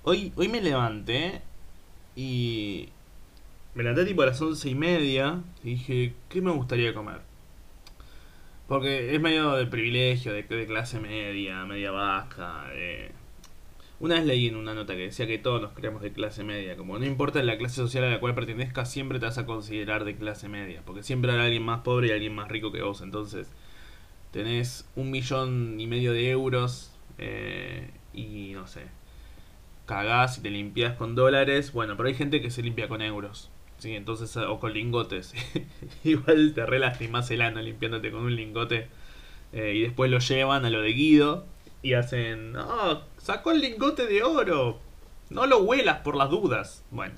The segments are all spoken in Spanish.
Hoy me levanté y me levanté tipo a las 11:30 y dije, ¿qué me gustaría comer? Porque es medio de privilegio, de clase media, media baja. Una vez leí en una nota que decía que todos nos creemos de clase media. Como no importa la clase social a la cual pertenezcas, siempre te vas a considerar de clase media. Porque siempre hay alguien más pobre y alguien más rico que vos. Entonces, tenés 1,5 millones de euros y no sé, cagás y te limpias con dólares. Bueno, pero hay gente que se limpia con euros. Sí, entonces, o con lingotes. Igual te re lastimás el ano limpiándote con un lingote. Y después lo llevan a lo de Guido. Y hacen, oh, sacó el lingote de oro. No lo huelas por las dudas. Bueno.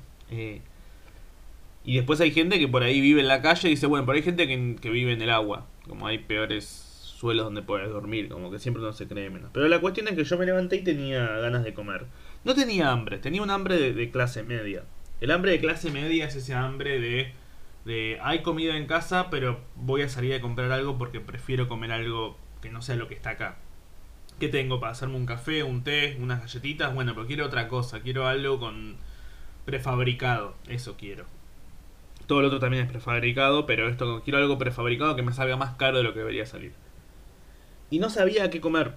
Y después hay gente que por ahí vive en la calle y dice, bueno, pero hay gente que vive en el agua. Como hay peores suelos donde puedes dormir. Como que siempre uno se cree menos. Pero la cuestión es que yo me levanté y tenía ganas de comer. No tenía hambre, tenía un hambre de clase media. El hambre de clase media es ese hambre de hay comida en casa, pero voy a salir a comprar algo porque prefiero comer algo que no sea lo que está acá. ¿Qué tengo para hacerme un café, un té, unas galletitas? Bueno, pero quiero otra cosa, quiero algo con prefabricado, eso quiero. Todo lo otro también es prefabricado, pero esto quiero algo prefabricado que me salga más caro de lo que debería salir. Y no sabía qué comer.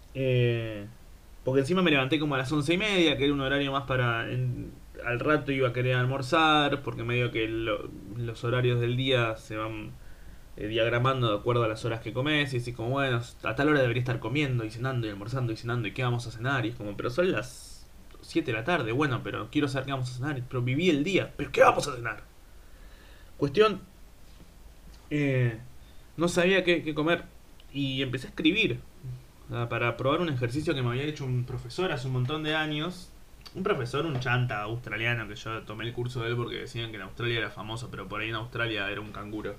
Porque encima me levanté como a las 11:30, que era un horario más para... al rato iba a querer almorzar, porque medio que los horarios del día se van diagramando de acuerdo a las horas que comes. Y decís como, bueno, a tal hora debería estar comiendo y cenando y almorzando y cenando. ¿Y qué vamos a cenar? Y es como, pero son las 7 de la tarde. Bueno, pero quiero saber qué vamos a cenar. Pero viví el día. ¿Pero qué vamos a cenar? Cuestión, eh, no sabía qué comer. Y empecé a escribir para probar un ejercicio que me había hecho un profesor hace un montón de años. Un profesor, un chanta australiano, que yo tomé el curso de él porque decían que en Australia era famoso, pero por ahí en Australia era un canguro.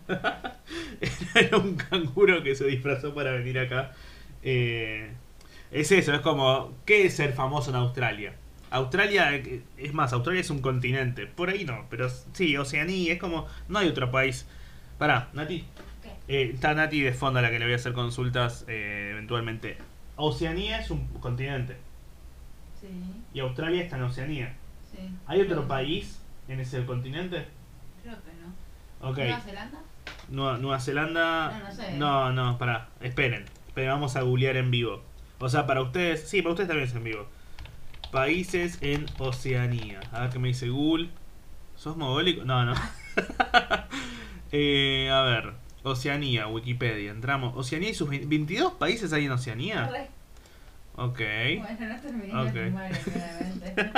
Era un canguro que se disfrazó para venir acá. Eh, es eso, es como, ¿qué es ser famoso en Australia? Australia, es más, Australia es un continente. Por ahí no, pero sí, Oceanía, es como, no hay otro país. Pará, Nati. Está Nati de fondo a la que le voy a hacer consultas eventualmente. Oceanía es un continente. Sí, Y Australia está en Oceanía. sí. ¿Hay otro Creo, país en ese continente? creo que no. Ok. ¿Nueva Zelanda? Nueva Zelanda. No, no sé. No, pará. Esperen. Vamos a googlear en vivo. O sea, para ustedes. Sí, para ustedes también es en vivo. Países en Oceanía. A ver qué me dice Google. ¿Sos mogólico? No, no. A ver. Oceanía, Wikipedia. Entramos. Oceanía y sus 22 países hay en Oceanía. Re. Ok. Bueno, no terminé Ok. la primaria, claramente.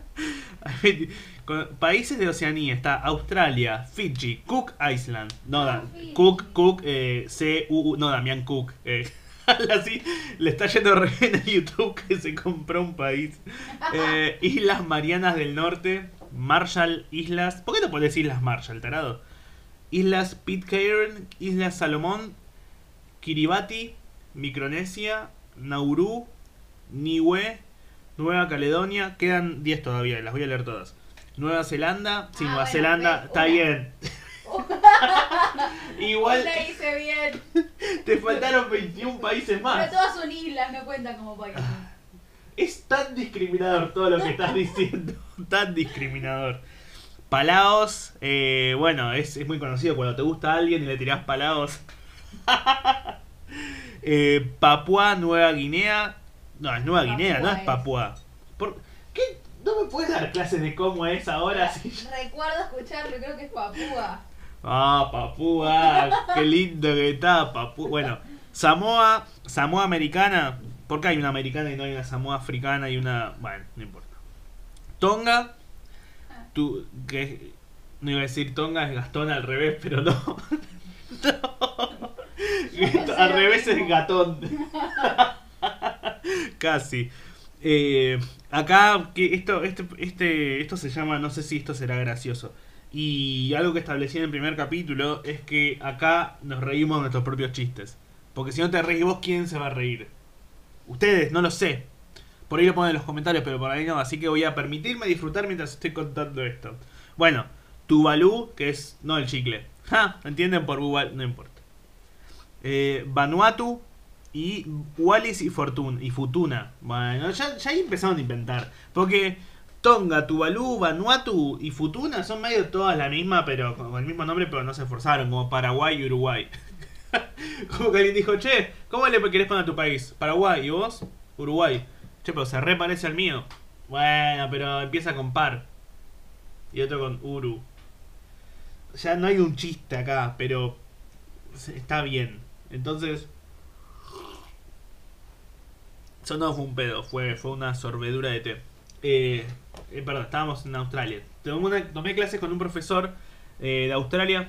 Países de Oceanía está Australia, Fiji, Cook Island. No, Fiji. Cook, C-U-U, no, Damián Cook. Así le está yendo re bien a YouTube que se compró un país. Islas Marianas del Norte, Marshall Islas. ¿Por qué no pones Islas Marshall, tarado? Islas Pitcairn, Islas Salomón, Kiribati, Micronesia, Nauru, Niue, Nueva Caledonia. Quedan 10 todavía, las voy a leer todas. Nueva Zelanda, sí, Nueva Bueno, Zelanda, está una. bien. Igual La hice bien. te faltaron 21 países Pero más. todas son islas, no cuentan como países. Es tan discriminador todo lo que estás diciendo. Tan discriminador. Palaos, bueno, es muy conocido cuando te gusta a alguien y le tirás Palaos. Papua Nueva Guinea. No, es Nueva Guinea, no es Papua. ¿Por qué? ¿No me puedes dar clases de cómo es ahora? Sí. Recuerdo escucharlo, creo que es Papúa. Ah, Papúa, qué lindo que está Papúa. Bueno, Samoa, Samoa americana. ¿Por qué hay una americana y no hay una Samoa africana y una... Bueno, no importa. Tonga, que no iba a decir Tonga, es Gastón al revés, pero no. No. Al revés es Gatón. Casi. Acá, que esto se llama, no sé si esto será gracioso. Y algo que establecí en el primer capítulo es que acá nos reímos de nuestros propios chistes. Porque si no te reís vos, ¿quién se va a reír? Ustedes, no lo sé. Por ahí lo ponen en los comentarios, pero por ahí no. Así que voy a permitirme disfrutar mientras estoy contando esto. Bueno, Tuvalu, que es... No el chicle. ¿Entienden por Google? No importa. Vanuatu, y Wallis y Futuna. Bueno, ya ahí empezaron a inventar. Porque Tonga, Tuvalu, Vanuatu y Futuna son medio todas la misma, pero con el mismo nombre, pero no se esforzaron, como Paraguay y Uruguay. Como que alguien dijo, che, ¿cómo le querés poner a tu país? Paraguay, ¿y vos? Uruguay. Che, pero se reparece al mío. Bueno, pero empieza con par. Y otro con Uru. Ya no hay un chiste acá, pero está bien. Entonces, eso no fue un pedo, fue una sorbedura de té. Perdón, estábamos en Australia. Tomé clases con un profesor de Australia.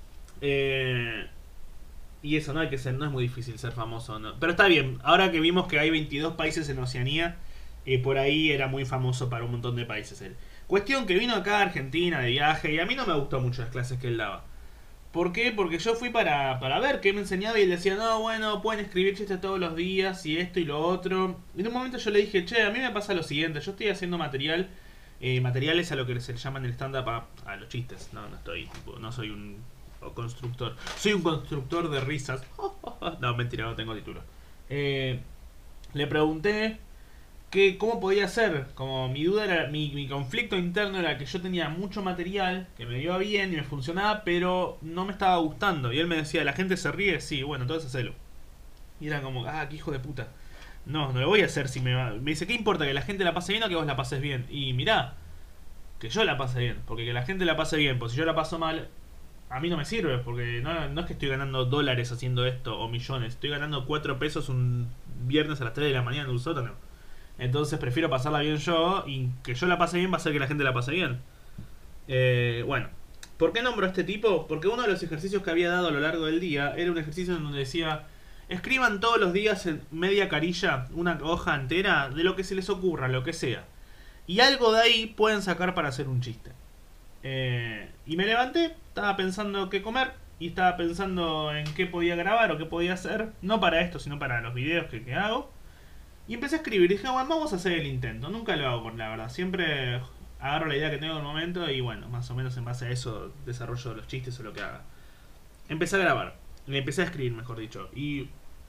Y eso, no hay que ser, no es muy difícil ser famoso, ¿no? Pero está bien, ahora que vimos que hay 22 países en Oceanía, por ahí era muy famoso para un montón de países él. Cuestión que vino acá a Argentina de viaje y a mí no me gustó mucho las clases que él daba. ¿Por qué? Porque yo fui para ver qué me enseñaba y él decía, no, bueno, pueden escribir chistes todos los días y esto y lo otro. Y en un momento yo le dije, che, a mí me pasa lo siguiente, yo estoy haciendo materiales a lo que se le llama en el stand-up a los chistes. No soy un constructor. Soy un constructor de risas. No, mentira, no tengo título. Le pregunté cómo podía ser. Como mi duda era, mi conflicto interno era que yo tenía mucho material que me iba bien y me funcionaba, pero no me estaba gustando. Y él me decía, ¿la gente se ríe? Sí, bueno, entonces hacelo. Y era como, qué hijo de puta. No lo voy a hacer si me va. Me dice, ¿qué importa? ¿Que la gente la pase bien o que vos la pases bien? Y mirá, que yo la pase bien. Porque que la gente la pase bien, pues si yo la paso mal, a mí no me sirve, porque no es que estoy ganando dólares haciendo esto o millones. Estoy ganando 4 pesos un viernes a las 3 de la mañana en un sótano. Entonces prefiero pasarla bien yo y que yo la pase bien va a hacer que la gente la pase bien. Bueno, ¿por qué nombro a este tipo? Porque uno de los ejercicios que había dado a lo largo del día era un ejercicio en donde decía, escriban todos los días en media carilla, una hoja entera, de lo que se les ocurra, lo que sea. Y algo de ahí pueden sacar para hacer un chiste. Y me levanté, estaba pensando qué comer y estaba pensando en qué podía grabar o qué podía hacer, no para esto, sino para los videos que hago. Y empecé a escribir y dije, bueno, vamos a hacer el intento. Nunca lo hago, por la verdad. Siempre agarro la idea que tengo en el momento y bueno, más o menos en base a eso desarrollo los chistes o lo que haga. Empecé a grabar, empecé a escribir, mejor dicho. Y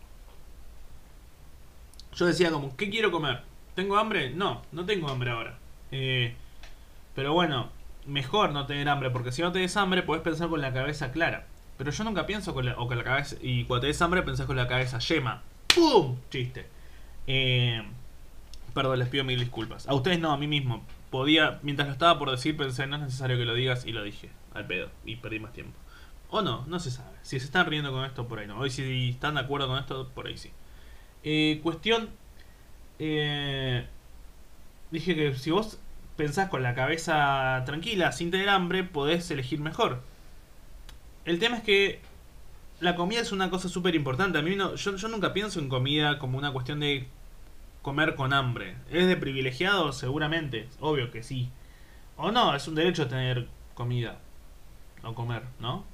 yo decía como, ¿qué quiero comer? ¿Tengo hambre? No tengo hambre ahora. Pero bueno, mejor no tener hambre, porque si no tenés hambre podés pensar con la cabeza clara. Pero yo nunca pienso con la cabeza, y cuando tenés hambre pensás con la cabeza yema. ¡Pum! Chiste. Perdón, les pido mil disculpas. A ustedes no, a mí mismo. Mientras lo estaba por decir pensé, no es necesario que lo digas, y lo dije, al pedo, y perdí más tiempo. O no se sabe. Si se están riendo con esto, por ahí no. Hoy si están de acuerdo con esto, por ahí sí. Cuestión... dije que si vos pensás con la cabeza tranquila, sin tener hambre, podés elegir mejor. El tema es que la comida es una cosa súper importante. A mí yo nunca pienso en comida como una cuestión de comer con hambre. ¿Es de privilegiado? Seguramente. Obvio que sí. O no, es un derecho tener comida. O comer, ¿no?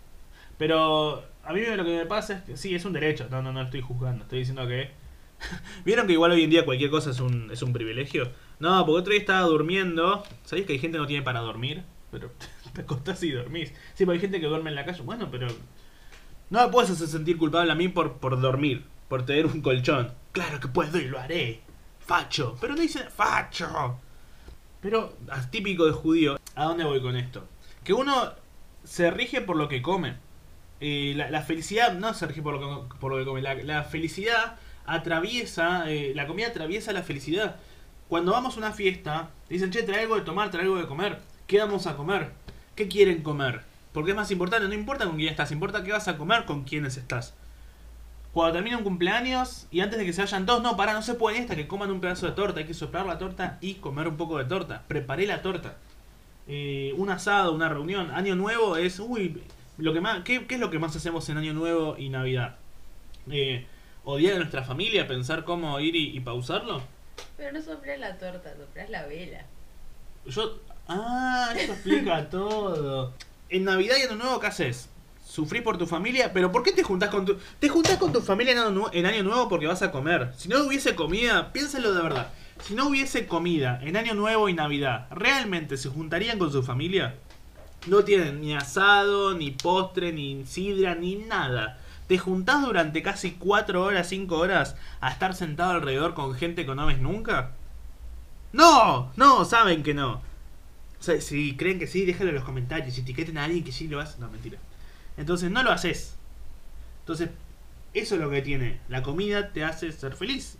Pero a mí lo que me pasa es que sí, es un derecho. No estoy juzgando. Estoy diciendo que... ¿Vieron que igual hoy en día cualquier cosa es un privilegio? No, porque otro día estaba durmiendo. ¿Sabéis que hay gente que no tiene para dormir? Pero te acostás y dormís. Sí, porque hay gente que duerme en la calle. Bueno, pero... no me puedes hacer sentir culpable a mí por dormir, por tener un colchón. Claro que puedo y lo haré. Facho. Pero no dice facho. Pero, típico de judío. ¿A dónde voy con esto? Que uno se rige por lo que come. La felicidad no se rige por lo que come. La felicidad atraviesa... la comida atraviesa la felicidad. Cuando vamos a una fiesta, dicen, che, trae algo de tomar, trae algo de comer. ¿Qué vamos a comer? ¿Qué quieren comer? Porque es más importante, no importa con quién estás, importa qué vas a comer con quiénes estás. Cuando termina un cumpleaños y antes de que se vayan todos, no se puede que coman un pedazo de torta, hay que soplar la torta y comer un poco de torta. Preparé la torta. Un asado, una reunión. Año Nuevo es, ¿qué es lo que más hacemos en Año Nuevo y Navidad? Odiar a nuestra familia, pensar cómo ir y pausarlo. Pero no soplás la torta, soplás la vela. Eso explica todo. En Navidad y Año Nuevo, ¿qué haces? Sufrís por tu familia, pero ¿por qué te juntás con tu familia en Año Nuevo porque vas a comer? Si no hubiese comida, piénsalo de verdad. Si no hubiese comida en Año Nuevo y Navidad, ¿realmente se juntarían con su familia? No tienen ni asado, ni postre, ni sidra, ni nada. ¿Te juntás durante casi 4 horas, 5 horas a estar sentado alrededor con gente que no ves nunca? No, no, saben que no. O sea, si creen que sí, déjenlo en los comentarios. Si etiqueten a alguien que sí lo hace. No, mentira. Entonces no lo haces. Entonces, eso es lo que tiene. La comida te hace ser feliz.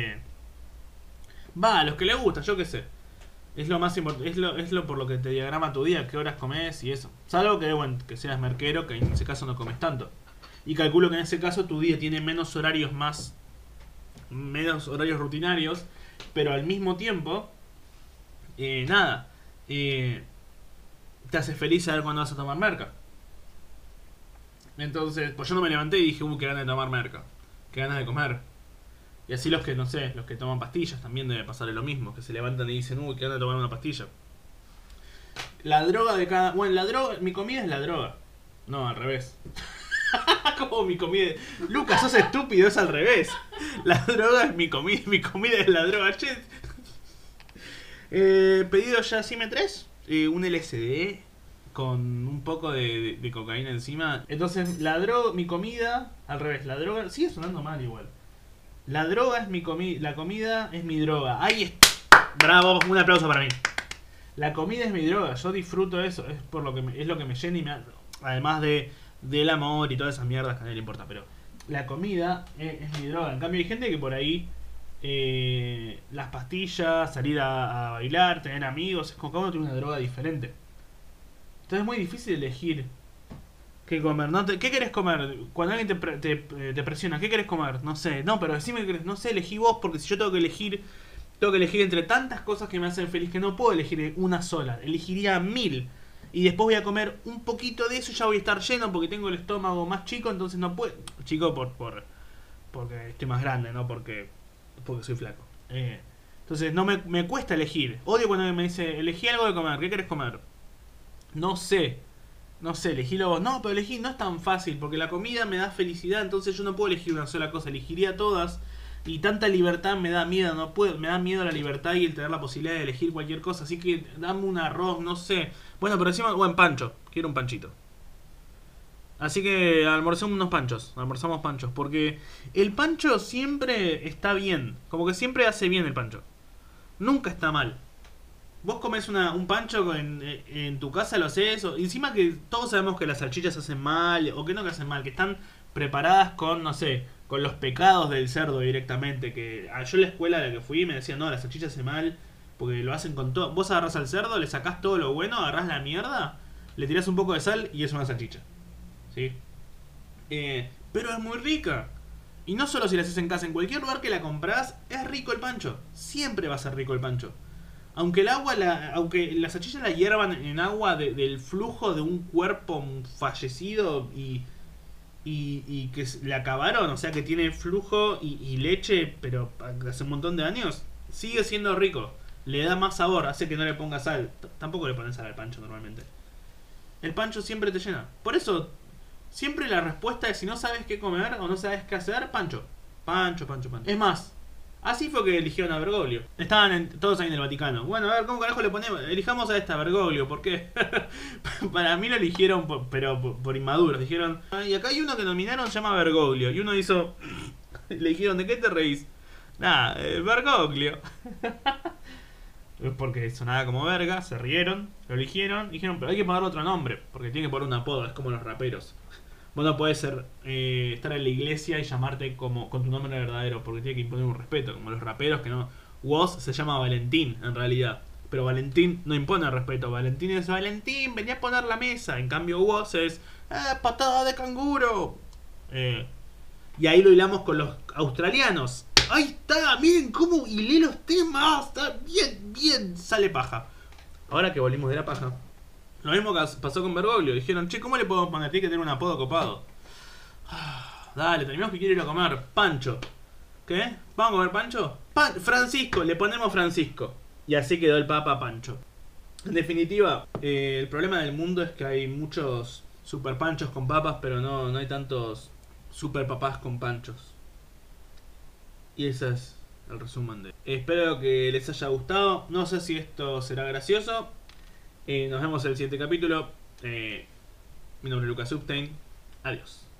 Va, a los que les gusta, yo qué sé. Es lo más importante, es lo por lo que te diagrama tu día, qué horas comes y eso. Salvo que, bueno, que seas merquero, que en ese caso no comes tanto. Y calculo que en ese caso tu día tiene menos horarios rutinarios, pero al mismo tiempo, nada, te hace feliz saber cuándo vas a tomar merca. Entonces, pues yo no me levanté y dije, qué ganas de tomar merca, qué ganas de comer. Y así los que, no sé, los que toman pastillas también debe pasarle lo mismo, que se levantan y dicen, qué ganas de tomar una pastilla. La droga de cada... Bueno, la droga, mi comida es la droga. No, al revés. Como mi comida... Lucas, sos estúpido, es al revés. La droga es mi comida es la droga. Che. Pedido ya Cime 3, un LSD con un poco de cocaína encima. Entonces, la droga, mi comida, al revés, la droga... Sigue sonando mal igual. La droga es mi comida, la comida es mi droga. Ahí está. Bravo, un aplauso para mí. La comida es mi droga, yo disfruto eso, es por lo que es lo que me llena y me además del amor y todas esas mierdas que a nadie le importa, pero la comida es mi droga. En cambio hay gente que por ahí las pastillas, salir a bailar, tener amigos, es como cada uno tiene una droga diferente. Entonces es muy difícil elegir qué comer. ¿Qué querés comer? Cuando alguien te presiona, ¿qué querés comer? No sé, no, pero decime, no sé, elegí vos, porque si yo tengo que elegir entre tantas cosas que me hacen feliz que no puedo elegir una sola, elegiría 1000. Y después voy a comer un poquito de eso y ya voy a estar lleno porque tengo el estómago más chico, entonces no puedo. Chico porque estoy más grande, no porque soy flaco. Entonces no me cuesta elegir. Odio cuando me dice, elegí algo de comer, ¿qué querés comer? No sé, elegílo vos. No, pero elegí no es tan fácil porque la comida me da felicidad, entonces yo no puedo elegir una sola cosa, elegiría todas. Y tanta libertad me da miedo, no puedo, me da miedo la libertad y el tener la posibilidad de elegir cualquier cosa. Así que dame un arroz, no sé. Bueno, pero encima, pancho, quiero un panchito. Así que almorzamos panchos. Porque el pancho siempre está bien, como que siempre hace bien el pancho. Nunca está mal. Vos comés un pancho en tu casa, lo haces. Encima que todos sabemos que las salchichas hacen mal, o que no que hacen mal, que están preparadas con, no sé, con los pecados del cerdo directamente. Que yo en la escuela a la que fui me decían, no, la salchicha hace mal porque lo hacen con todo. Vos agarrás al cerdo, le sacás todo lo bueno, agarrás la mierda, le tirás un poco de sal y es una salchicha. ¿Sí? Pero es muy rica. Y no solo si la haces en casa, en cualquier lugar que la comprás, es rico el pancho. Siempre va a ser rico el pancho. Aunque aunque la salchicha la hiervan en agua del flujo de un cuerpo fallecido y que le acabaron, o sea que tiene flujo y leche, pero hace un montón de años, sigue siendo rico. Le da más sabor, hace que no le ponga sal. Tampoco le ponen sal al pancho normalmente. El pancho siempre te llena. Por eso, siempre la respuesta es si no sabes qué comer o no sabes qué hacer, pancho. Pancho. Es más, así fue que eligieron a Bergoglio. Estaban todos ahí en el Vaticano. Bueno, a ver, ¿cómo carajo le ponemos? Elijamos a esta Bergoglio, ¿por qué? Para mí lo eligieron por inmaduros. Dijeron, y acá hay uno que nominaron, se llama Bergoglio. Y uno hizo... Le dijeron, ¿de qué te reís? Nada, Bergoglio. Porque sonaba como verga, se rieron, lo eligieron. Dijeron, pero hay que ponerle otro nombre, porque tiene que poner un apodo, es como los raperos. Vos no podés estar en la iglesia y llamarte con tu nombre verdadero, porque tiene que imponer un respeto, como los raperos que no. Woz se llama Valentín, en realidad. Pero Valentín no impone respeto. Valentín es Valentín, venía a poner la mesa. En cambio Woz es patada de canguro. Y ahí lo hilamos con los australianos. Ahí está, miren cómo hilé los temas. Está bien, sale paja. Ahora que volvimos de la paja. Lo mismo que pasó con Bergoglio. Dijeron, che, ¿cómo le podemos poner? Tiene que tener un apodo copado. Dale, tenemos que quiero ir a comer. Pancho. ¿Qué? ¿Vamos a comer pancho? Francisco, le ponemos Francisco. Y así quedó el Papa Pancho. En definitiva, el problema del mundo es que hay muchos super panchos con papas, pero no hay tantos super papás con panchos. Y ese es el resumen de... Espero que les haya gustado. No sé si esto será gracioso. Nos vemos en el siguiente capítulo. Mi nombre es Lucas Upstein. Adiós.